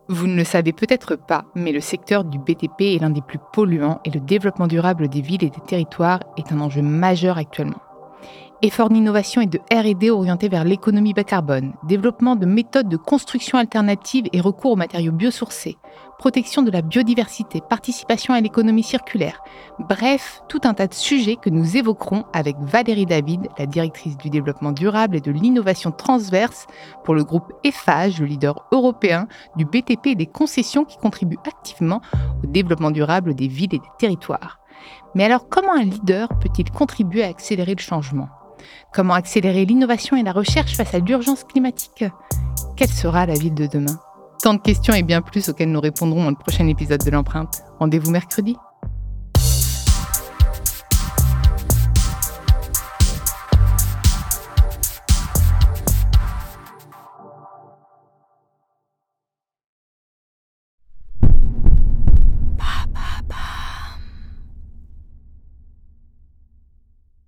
Vous ne le savez peut-être pas, mais le secteur du BTP est l'un des plus polluants et le développement durable des villes et des territoires est un enjeu majeur actuellement. Efforts d'innovation et de R&D orientés vers l'économie bas carbone, développement de méthodes de construction alternatives et recours aux matériaux biosourcés, protection de la biodiversité, participation à l'économie circulaire. Bref, tout un tas de sujets que nous évoquerons avec Valérie David, la directrice du développement durable et de l'innovation transverse pour le groupe Eiffage, le leader européen du BTP et des concessions qui contribuent activement au développement durable des villes et des territoires. Mais alors, comment un leader peut-il contribuer à accélérer le changement ? Comment accélérer l'innovation et la recherche face à l'urgence climatique ? Quelle sera la ville de demain ? Tant de questions et bien plus auxquelles nous répondrons dans le prochain épisode de l'Empreinte. Rendez-vous mercredi.